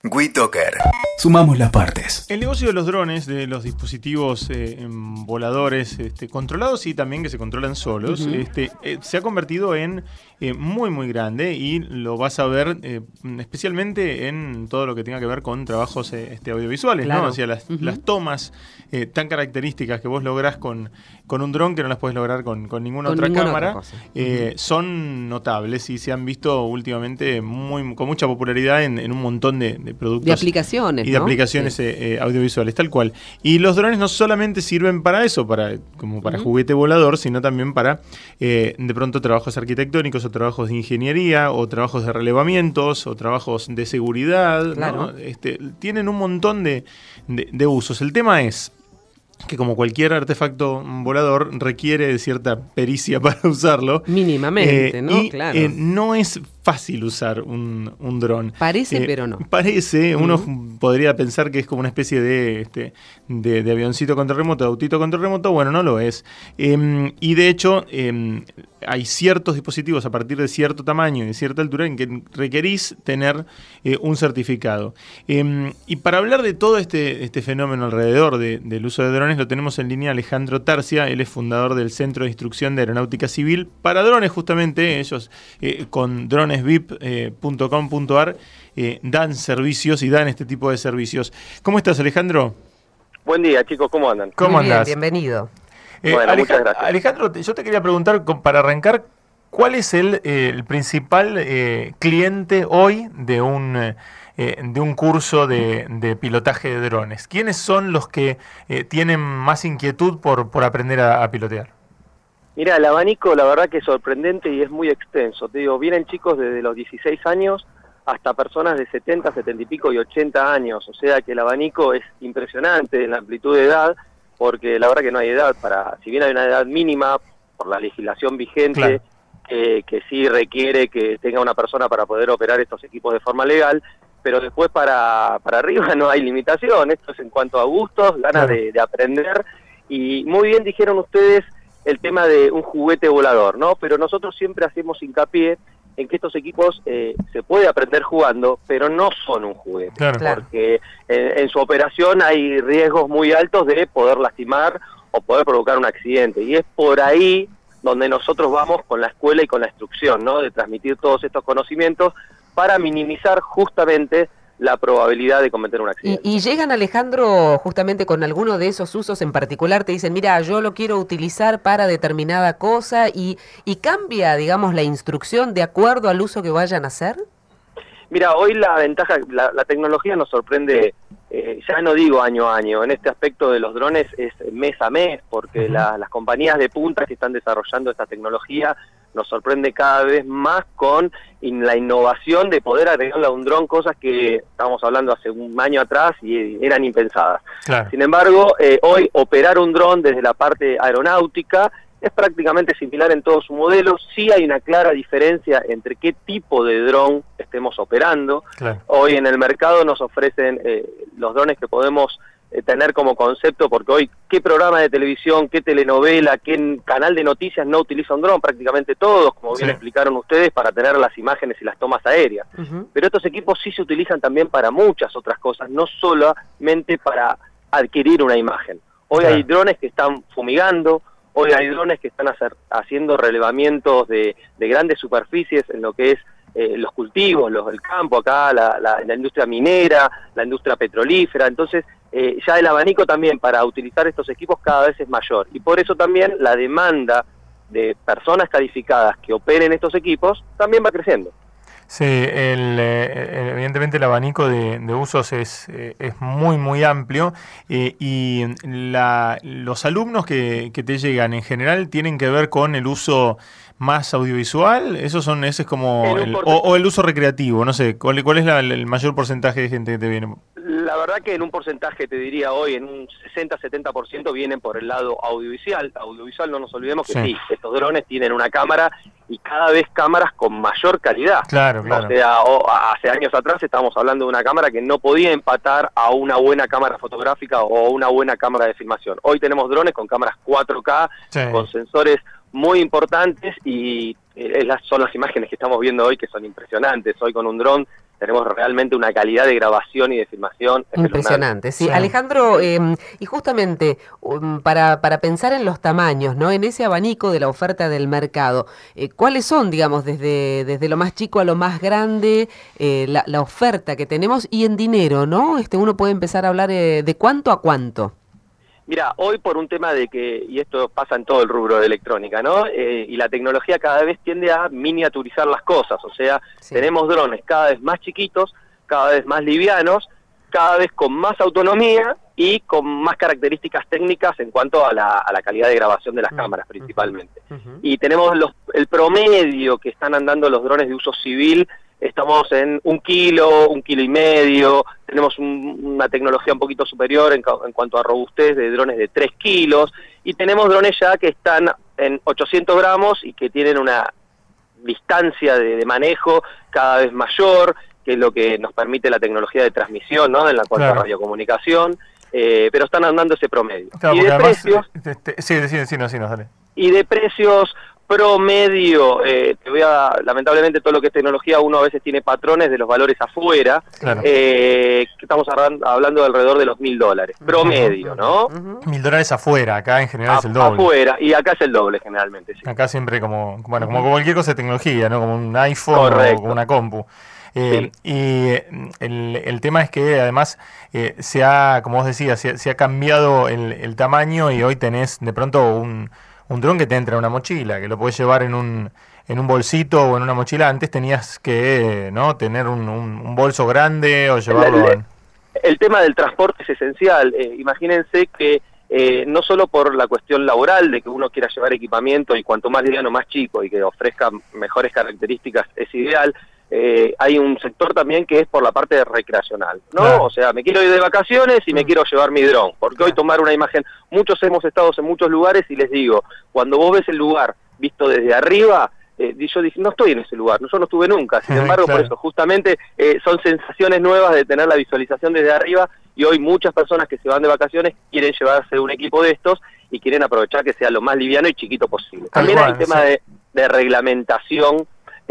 WeToker. Sumamos las partes. El negocio de los drones, de los dispositivos voladores controlados y también que se controlan solos, se ha convertido en muy grande, y lo vas a ver especialmente en todo lo que tenga que ver con trabajos audiovisuales, claro. ¿No? O sea, las tomas tan características que vos lográs con un dron que no las podés lograr con ninguna otra cámara, son notables y se han visto últimamente con mucha popularidad en un montón de productos. De aplicaciones, y de aplicaciones audiovisuales, tal cual. Y los drones no solamente sirven para eso, como para juguete volador, sino también para, de pronto, trabajos arquitectónicos, o trabajos de ingeniería, o trabajos de relevamientos, o trabajos de seguridad, claro. ¿No? Tienen un montón de usos. El tema es que, como cualquier artefacto volador, requiere de cierta pericia para usarlo. Mínimamente, ¿no? Claro. No es fácil usar un dron. Parece, pero no. Parece, uno podría pensar que es como una especie de avioncito con remoto, de autito con remoto. Bueno, no lo es. Y de hecho, hay ciertos dispositivos a partir de cierto tamaño y de cierta altura en que requerís tener un certificado. Y para hablar de todo este fenómeno alrededor del uso de drones, lo tenemos en línea Alejandro Tarcia. Él es fundador del Centro de Instrucción de Aeronáutica Civil para drones, justamente. Ellos con dronesvip.com.ar dan servicios y dan este tipo de servicios. ¿Cómo estás, Alejandro? Buen día, chicos, ¿cómo andan? ¿Cómo andás? Bienvenido. Bueno, muchas gracias. Alejandro, yo te quería preguntar, para arrancar, ¿cuál es el principal cliente hoy de un curso de pilotaje de drones? ¿Quiénes son los que tienen más inquietud por aprender a pilotear? Mira, el abanico la verdad que es sorprendente y es muy extenso. Te digo, vienen chicos desde los 16 años hasta personas de 70, 70 y pico y 80 años. O sea que el abanico es impresionante en la amplitud de edad, porque la verdad que no hay edad para, si bien hay una edad mínima por la legislación vigente, claro, que sí requiere que tenga una persona para poder operar estos equipos de forma legal, pero después para arriba no hay limitación. Esto es en cuanto a gustos, ganas de aprender. Y muy bien dijeron ustedes el tema de un juguete volador, ¿no? Pero nosotros siempre hacemos hincapié en que estos equipos se puede aprender jugando, pero no son un juguete, porque en su operación hay riesgos muy altos de poder lastimar o poder provocar un accidente, y es por ahí donde nosotros vamos con la escuela y con la instrucción, ¿no? De transmitir todos estos conocimientos para minimizar justamente la probabilidad de cometer un accidente. Y llegan, Alejandro, justamente con alguno de esos usos en particular, te dicen, mira, yo lo quiero utilizar para determinada cosa, y cambia, digamos, la instrucción de acuerdo al uso que vayan a hacer. Mira, hoy la ventaja, la tecnología nos sorprende, ya no digo año a año, en este aspecto de los drones es mes a mes, porque las compañías de punta que están desarrollando esta tecnología nos sorprende cada vez más con la innovación de poder agregarle a un dron cosas que estábamos hablando hace un año atrás y eran impensadas. Claro. Sin embargo, hoy operar un dron desde la parte aeronáutica es prácticamente similar en todos sus modelos. Sí hay una clara diferencia entre qué tipo de dron estemos operando. Claro. Hoy en el mercado nos ofrecen los drones que podemos tener como concepto, porque hoy qué programa de televisión, qué telenovela, qué canal de noticias no utiliza un dron, prácticamente todos, como bien explicaron ustedes, para tener las imágenes y las tomas aéreas. Pero estos equipos sí se utilizan también para muchas otras cosas, no solamente para adquirir una imagen. Hoy hay drones que están fumigando, hoy hay drones que están haciendo relevamientos de grandes superficies en lo que es los cultivos, el campo acá, la industria minera, la industria petrolífera. Entonces ya el abanico también para utilizar estos equipos cada vez es mayor, y por eso también la demanda de personas calificadas que operen estos equipos también va creciendo. Sí, evidentemente el abanico de usos es muy amplio, y los alumnos que te llegan en general tienen que ver con el uso más audiovisual. Ese es como o el uso recreativo, no sé, ¿cuál es el mayor porcentaje de gente que te viene? La verdad que en un porcentaje, te diría hoy, en un 60-70% vienen por el lado audiovisual. Audiovisual, no nos olvidemos que sí, estos drones tienen una cámara, y cada vez cámaras con mayor calidad. Claro. O sea, hace años atrás estábamos hablando de una cámara que no podía empatar a una buena cámara fotográfica o una buena cámara de filmación. Hoy tenemos drones con cámaras 4K, con sensores muy importantes, y son las imágenes que estamos viendo hoy que son impresionantes. Hoy con un dron tenemos realmente una calidad de grabación y de filmación impresionante. Sí, sí. Alejandro, y justamente para pensar en los tamaños, ¿no? En ese abanico de la oferta del mercado, ¿cuáles son, digamos, desde lo más chico a lo más grande, la oferta que tenemos y en dinero, ¿no? Uno puede empezar a hablar de cuánto a cuánto. Mira, hoy por un tema de que, y esto pasa en todo el rubro de electrónica, ¿no? Y la tecnología cada vez tiende a miniaturizar las cosas, o sea, Sí. tenemos drones cada vez más chiquitos, cada vez más livianos, cada vez con más autonomía y con más características técnicas en cuanto a la calidad de grabación de las cámaras principalmente. Y tenemos el promedio que están andando los drones de uso civil. Estamos en 1 kilo, 1,5 kilos, tenemos una tecnología un poquito superior en cuanto a robustez de drones de 3 kilos, y tenemos drones ya que están en 800 gramos y que tienen una distancia de manejo cada vez mayor, que es lo que nos permite la tecnología de transmisión, ¿no? En la cuanto a radiocomunicación, pero están andando ese promedio. Claro, Y de además, precios... sí, dale. Y de precios promedio, lamentablemente todo lo que es tecnología, uno a veces tiene patrones de los valores afuera, Claro. que estamos hablando de alrededor de los $1.000, promedio, ¿no? $1.000 afuera, acá en general es el doble. Afuera, y acá es el doble generalmente, sí. Acá siempre como cualquier cosa de tecnología, ¿no? Como un iPhone Correcto. o como una compu. Sí. Y el tema es que además como vos decías, se ha cambiado el tamaño y hoy tenés de pronto un dron que te entra en una mochila, que lo podés llevar en un bolsito o en una mochila. Antes tenías que tener un bolso grande o llevarlo El tema del transporte es esencial. Imagínense que no solo por la cuestión laboral de que uno quiera llevar equipamiento y cuanto más liviano más chico y que ofrezca mejores características es ideal, hay un sector también que es por la parte recreacional, ¿no? Claro. O sea, me quiero ir de vacaciones y me quiero llevar mi dron, porque hoy tomar una imagen, muchos hemos estado en muchos lugares y les digo, cuando vos ves el lugar visto desde arriba, yo dije, no estoy en ese lugar, yo no estuve nunca, sin embargo, Claro. por eso, justamente son sensaciones nuevas de tener la visualización desde arriba, y hoy muchas personas que se van de vacaciones quieren llevarse un equipo de estos y quieren aprovechar que sea lo más liviano y chiquito posible. También hay tema de reglamentación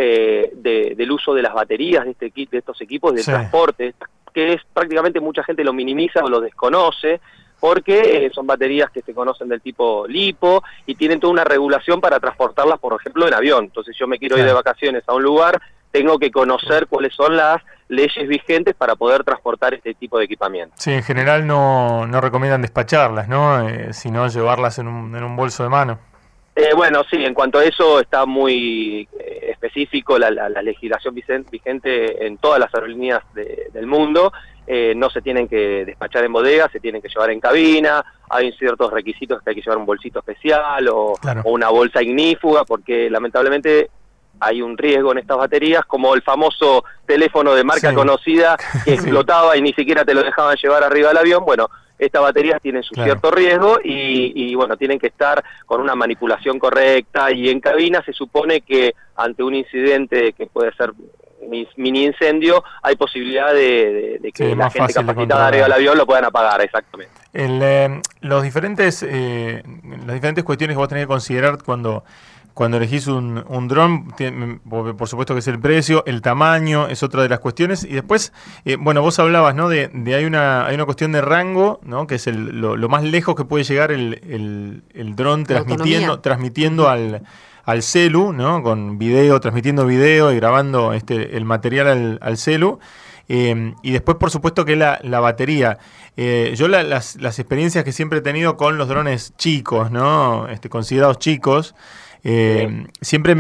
del uso de las baterías de estos equipos de transporte, que es prácticamente mucha gente lo minimiza o lo desconoce, porque son baterías que se conocen del tipo LiPo y tienen toda una regulación para transportarlas, por ejemplo, en avión. Entonces yo me quiero ir de vacaciones a un lugar, tengo que conocer cuáles son las leyes vigentes para poder transportar este tipo de equipamiento. Sí, en general no recomiendan despacharlas, ¿no? Sino llevarlas en un bolso de mano. Bueno, sí, en cuanto a eso está muy específico la legislación vigente en todas las aerolíneas del mundo. No se tienen que despachar en bodegas, se tienen que llevar en cabina, hay ciertos requisitos que hay que llevar un bolsito especial o una bolsa ignífuga, porque lamentablemente hay un riesgo en estas baterías, como el famoso teléfono de marca conocida que explotaba y ni siquiera te lo dejaban llevar arriba del avión. Bueno, estas baterías tienen su cierto riesgo y bueno, tienen que estar con una manipulación correcta, y en cabina se supone que ante un incidente que puede ser mini incendio, hay posibilidad de que la gente capacitada arriba del avión lo puedan apagar, exactamente. Las diferentes cuestiones que vos tenés que considerar cuando elegís un dron, por supuesto que es el precio, el tamaño es otra de las cuestiones, y después, vos hablabas, ¿no? Hay una cuestión de rango, ¿no? Que es lo más lejos que puede llegar el dron transmitiendo al celu, ¿no? Con transmitiendo video y grabando el material al celu. Y después, por supuesto, que la batería. Yo las experiencias que siempre he tenido con los drones chicos, ¿no? Considerados chicos, siempre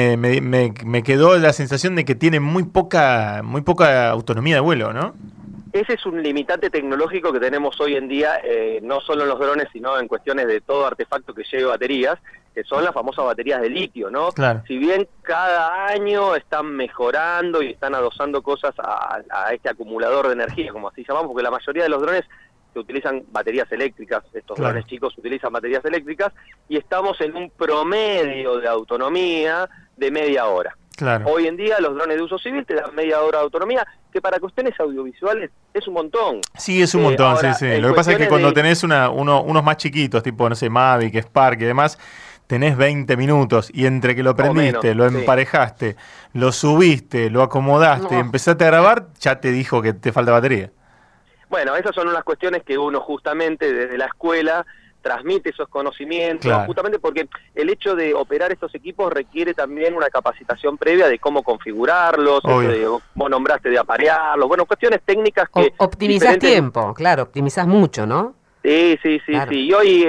me quedó la sensación de que tienen muy poca autonomía de vuelo, ¿no? Ese es un limitante tecnológico que tenemos hoy en día, no solo en los drones, sino en cuestiones de todo artefacto que lleve baterías, que son las famosas baterías de litio, ¿no? Claro. Si bien cada año están mejorando y están adosando cosas a este acumulador de energía, como así llamamos, porque la mayoría de los drones se utilizan baterías eléctricas, estos drones chicos utilizan baterías eléctricas, y estamos en un promedio de autonomía de media hora. Claro. Hoy en día los drones de uso civil te dan media hora de autonomía, que para cuestiones audiovisuales es un montón. Sí, es un montón, ahora, sí. Lo que pasa es que cuando tenés unos más chiquitos, tipo, no sé, Mavic, Spark y demás, tenés 20 minutos y entre que lo prendiste, lo sí. emparejaste, lo subiste, lo acomodaste y empezaste a grabar, ya te dijo que te falta batería. Bueno, esas son unas cuestiones que uno justamente desde la escuela transmite esos conocimientos, claro, justamente porque el hecho de operar estos equipos requiere también una capacitación previa de cómo configurarlos, vos nombraste de aparearlos, bueno, cuestiones técnicas que... Optimizás tiempo, claro, optimizás mucho, ¿no? Sí, Claro. y hoy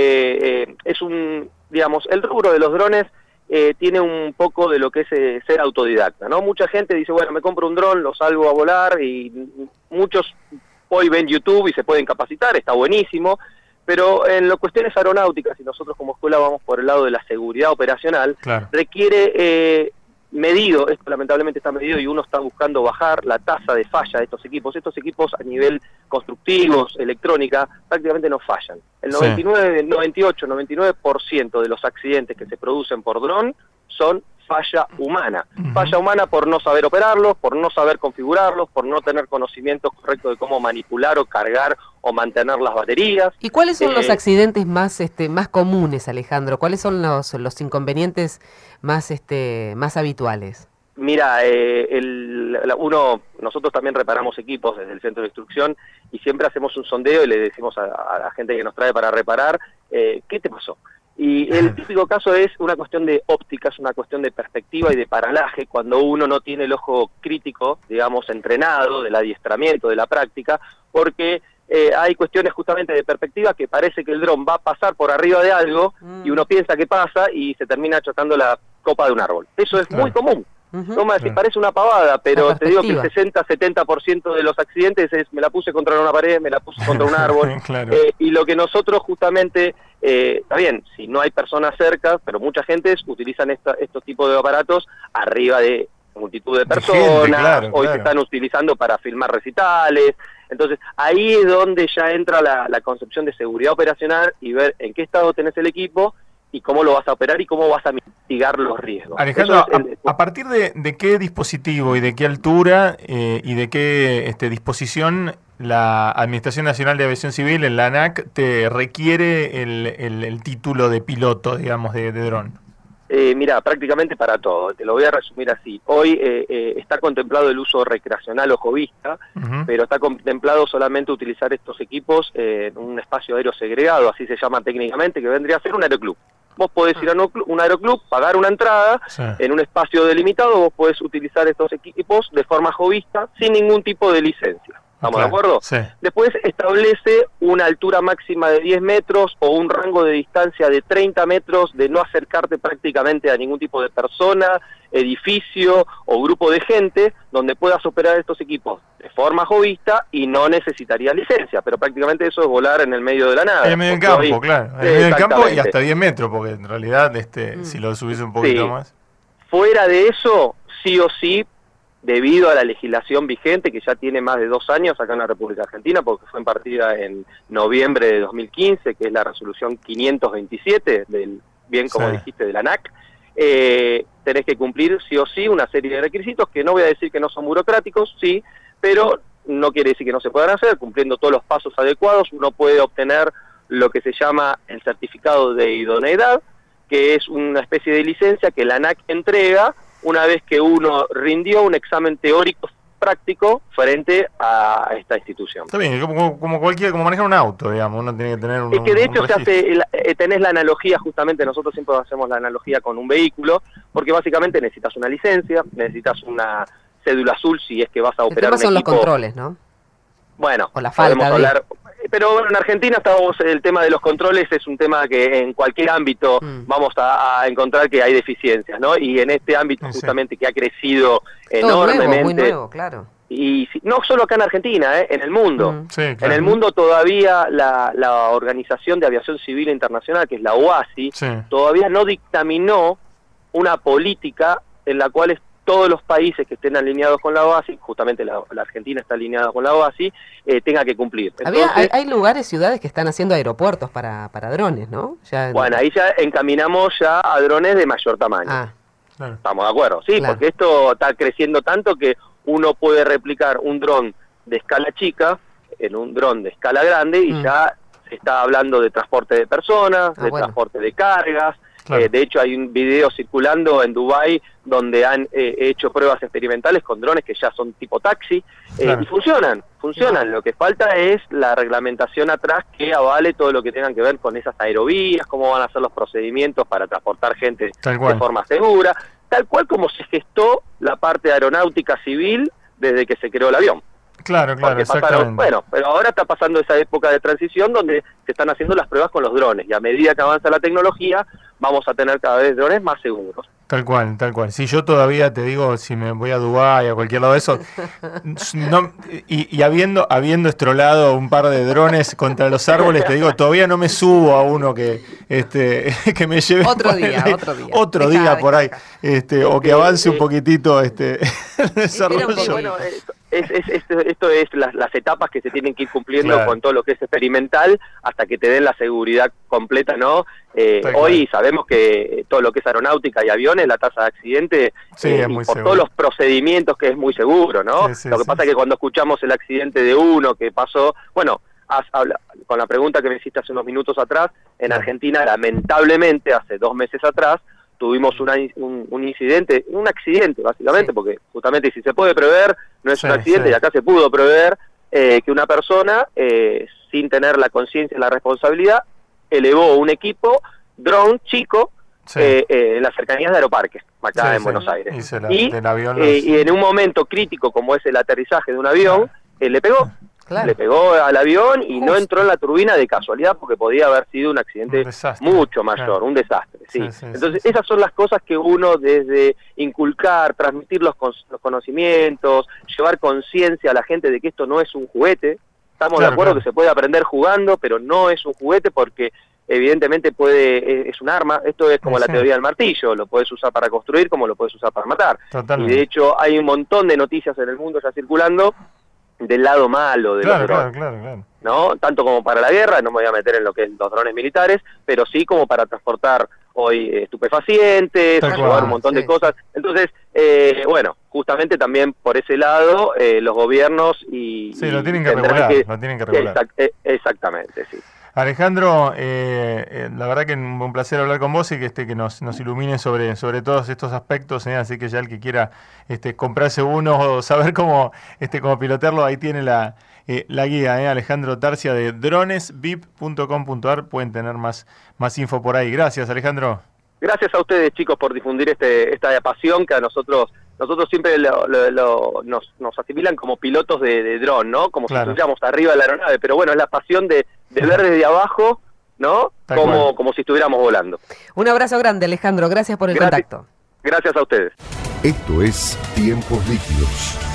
es digamos, el rubro de los drones tiene un poco de lo que es ser autodidacta, ¿no? Mucha gente dice, bueno, me compro un dron, lo salgo a volar, y muchos hoy ven YouTube y se pueden capacitar, está buenísimo, pero en las cuestiones aeronáuticas, y nosotros como escuela vamos por el lado de la seguridad operacional, claro, requiere medido, esto lamentablemente está medido y uno está buscando bajar la tasa de falla de estos equipos. Estos equipos a nivel constructivos, electrónica, prácticamente no fallan. El 99, 98, 99% de los accidentes que se producen por dron son falla humana. Falla humana por no saber operarlos, por no saber configurarlos, por no tener conocimientos correctos de cómo manipular o cargar o mantener las baterías. ¿Y cuáles son los accidentes más comunes, Alejandro? ¿Cuáles son los inconvenientes más habituales? Mira, nosotros también reparamos equipos desde el centro de instrucción y siempre hacemos un sondeo y le decimos a la gente que nos trae para reparar, ¿qué te pasó? Y el típico caso es una cuestión de óptica, es una cuestión de perspectiva y de paralaje, cuando uno no tiene el ojo crítico, digamos, entrenado, del adiestramiento, de la práctica, porque hay cuestiones justamente de perspectiva que parece que el dron va a pasar por arriba de algo y uno piensa que pasa y se termina chocando la copa de un árbol. Eso es muy común. No me decís, parece una pavada, pero te digo que el 60-70% de los accidentes es me la puse contra una pared, me la puse contra un árbol. claro. Y lo que nosotros justamente, está bien, si no hay personas cerca, pero mucha gente utilizan estos tipos de aparatos arriba de multitud de personas, gente, claro, hoy se están utilizando para filmar recitales. Entonces ahí es donde ya entra la concepción de seguridad operacional y ver en qué estado tenés el equipo y cómo lo vas a operar y cómo vas a mitigar los riesgos. Alejandro, ¿a partir de qué dispositivo y de qué altura y de qué disposición la Administración Nacional de Aviación Civil, en la ANAC, te requiere el título de piloto, digamos, de dron? Mira, prácticamente para todo. Te lo voy a resumir así. Hoy está contemplado el uso recreacional o jovista, pero está contemplado solamente utilizar estos equipos en un espacio aéreo segregado, así se llama técnicamente, que vendría a ser un aeroclub. Vos podés ir a un aeroclub, pagar una entrada, en un espacio delimitado, vos podés utilizar estos equipos de forma jovista, sin ningún tipo de licencia. ¿Estamos de acuerdo? Sí. Después establece una altura máxima de 10 metros o un rango de distancia de 30 metros de no acercarte prácticamente a ningún tipo de persona, edificio o grupo de gente donde puedas operar estos equipos de forma jovista y no necesitaría licencia, pero prácticamente eso es volar en el medio de la nada. En el medio del campo, claro. En el medio del campo y hasta 10 metros, porque en realidad si lo subís un poquito más. Fuera de eso, sí o sí, debido a la legislación vigente, que ya tiene más de 2 años acá en la República Argentina, porque fue impartida en noviembre de 2015, que es la resolución 527, como dijiste, de la ANAC, tenés que cumplir sí o sí una serie de requisitos, que no voy a decir que no son burocráticos, sí, pero no quiere decir que no se puedan hacer. Cumpliendo todos los pasos adecuados, uno puede obtener lo que se llama el certificado de idoneidad, que es una especie de licencia que la ANAC entrega una vez que uno rindió un examen teórico práctico frente a esta institución. Está bien, como manejar un auto, digamos, uno tiene que tener un... Es que de hecho tenés la analogía, justamente nosotros siempre hacemos la analogía con un vehículo, porque básicamente necesitas una licencia, necesitas una cédula azul si es que vas a operar un equipo. El tema son los controles, ¿no? Bueno, o la falta podemos hablar... Pero bueno, en Argentina el tema de los controles es un tema que en cualquier ámbito vamos a encontrar que hay deficiencias, ¿no? Y en este ámbito justamente que ha crecido enormemente. Nuevo, muy nuevo, claro. Y no solo acá en Argentina, en el mundo. Sí, claro. En el mundo todavía la Organización de Aviación Civil Internacional, que es la OACI, todavía no dictaminó una política en la cual todos los países que estén alineados con la OACI, justamente la Argentina está alineada con la OACI, tenga que cumplir. Entonces, hay lugares, ciudades que están haciendo aeropuertos para drones, ¿no? Bueno, ahí ya encaminamos ya a drones de mayor tamaño. Claro. Estamos de acuerdo, sí, claro. Porque esto está creciendo tanto que uno puede replicar un dron de escala chica en un dron de escala grande y ya se está hablando de transporte de personas, transporte de cargas, Claro. De hecho, hay un video circulando en Dubái donde han hecho pruebas experimentales con drones que ya son tipo taxi, Claro. y funcionan. Lo que falta es la reglamentación atrás que avale todo lo que tengan que ver con esas aerovías, cómo van a ser los procedimientos para transportar gente Tal cual. de forma segura, tal cual como se gestó la parte aeronáutica civil desde que se creó el avión. Claro, Porque pasaron, bueno, pero ahora está pasando esa época de transición donde se están haciendo las pruebas con los drones, y a medida que avanza la tecnología vamos a tener cada vez drones más seguros. Tal cual, tal cual. Si yo todavía te digo, si me voy a Dubái o a cualquier lado de eso, no, y habiendo estrolado un par de drones contra los árboles, te digo, todavía no me subo a uno que que me lleve Otro día. otro día por ahí, o que avance un poquitito el desarrollo. Bueno, esto es las etapas que se tienen que ir cumpliendo, Claro. con todo lo que es experimental hasta que te den la seguridad completa, ¿no? Hoy sabemos que todo lo que es aeronáutica y aviones, la tasa de accidente, Sí, es muy por seguro. todos los procedimientos, que es muy seguro, ¿no? Sí, sí, Lo que sí, pasa sí. es que cuando escuchamos el accidente de uno que pasó, bueno, con la pregunta que me hiciste hace unos minutos atrás, en Claro. Argentina, lamentablemente, hace 2 meses atrás, tuvimos un incidente, un accidente básicamente, Sí. porque justamente si se puede prever, no es Sí, un accidente, sí. y acá se pudo prever que una persona, sin tener la conciencia y la responsabilidad, elevó un equipo, drone chico, Sí. en las cercanías de Aeroparque, acá Sí, en sí. Buenos Aires. Y del avión los- Y en un momento crítico como es el aterrizaje de un avión, le pegó. Claro. Le pegó al avión y no Justo. entró en la turbina de casualidad, porque podía haber sido un accidente Un desastre, mucho mayor, claro. un desastre. Sí. Sí, sí, Entonces, sí, sí. esas son las cosas que uno, desde inculcar, transmitir los conocimientos, llevar conciencia a la gente de que esto no es un juguete. Estamos Claro, de acuerdo claro. que se puede aprender jugando, pero no es un juguete, porque evidentemente es un arma. Esto es como Sí, la sí. teoría del martillo, lo puedes usar para construir como lo puedes usar para matar. Totalmente. Y de hecho hay un montón de noticias en el mundo ya circulando del lado malo de los drones, Claro. ¿no? Tanto como para la guerra, no me voy a meter en lo que es los drones militares, pero sí como para transportar hoy estupefacientes, Tal llevar cual, un montón sí. de cosas. Entonces, bueno, justamente también por ese lado, los gobiernos Sí, lo tienen que tendrán regular, lo tienen que regular. Exactamente, sí. Alejandro, la verdad que un placer hablar con vos y que nos ilumine sobre todos estos aspectos, así que ya el que quiera comprarse uno o saber cómo pilotearlo, ahí tiene la guía, Alejandro Tarcia de dronesvip.com.ar, pueden tener más info por ahí. Gracias, Alejandro. Gracias a ustedes, chicos, por difundir esta pasión que a nosotros siempre nos asimilan como pilotos de dron, ¿no? Como Claro. si estuviéramos arriba de la aeronave, pero bueno, es la pasión de ver desde abajo, ¿no? Tal cual. Como si estuviéramos volando. Un abrazo grande, Alejandro. Gracias por el Gracias. contacto. Gracias a ustedes. Esto es Tiempos Líquidos.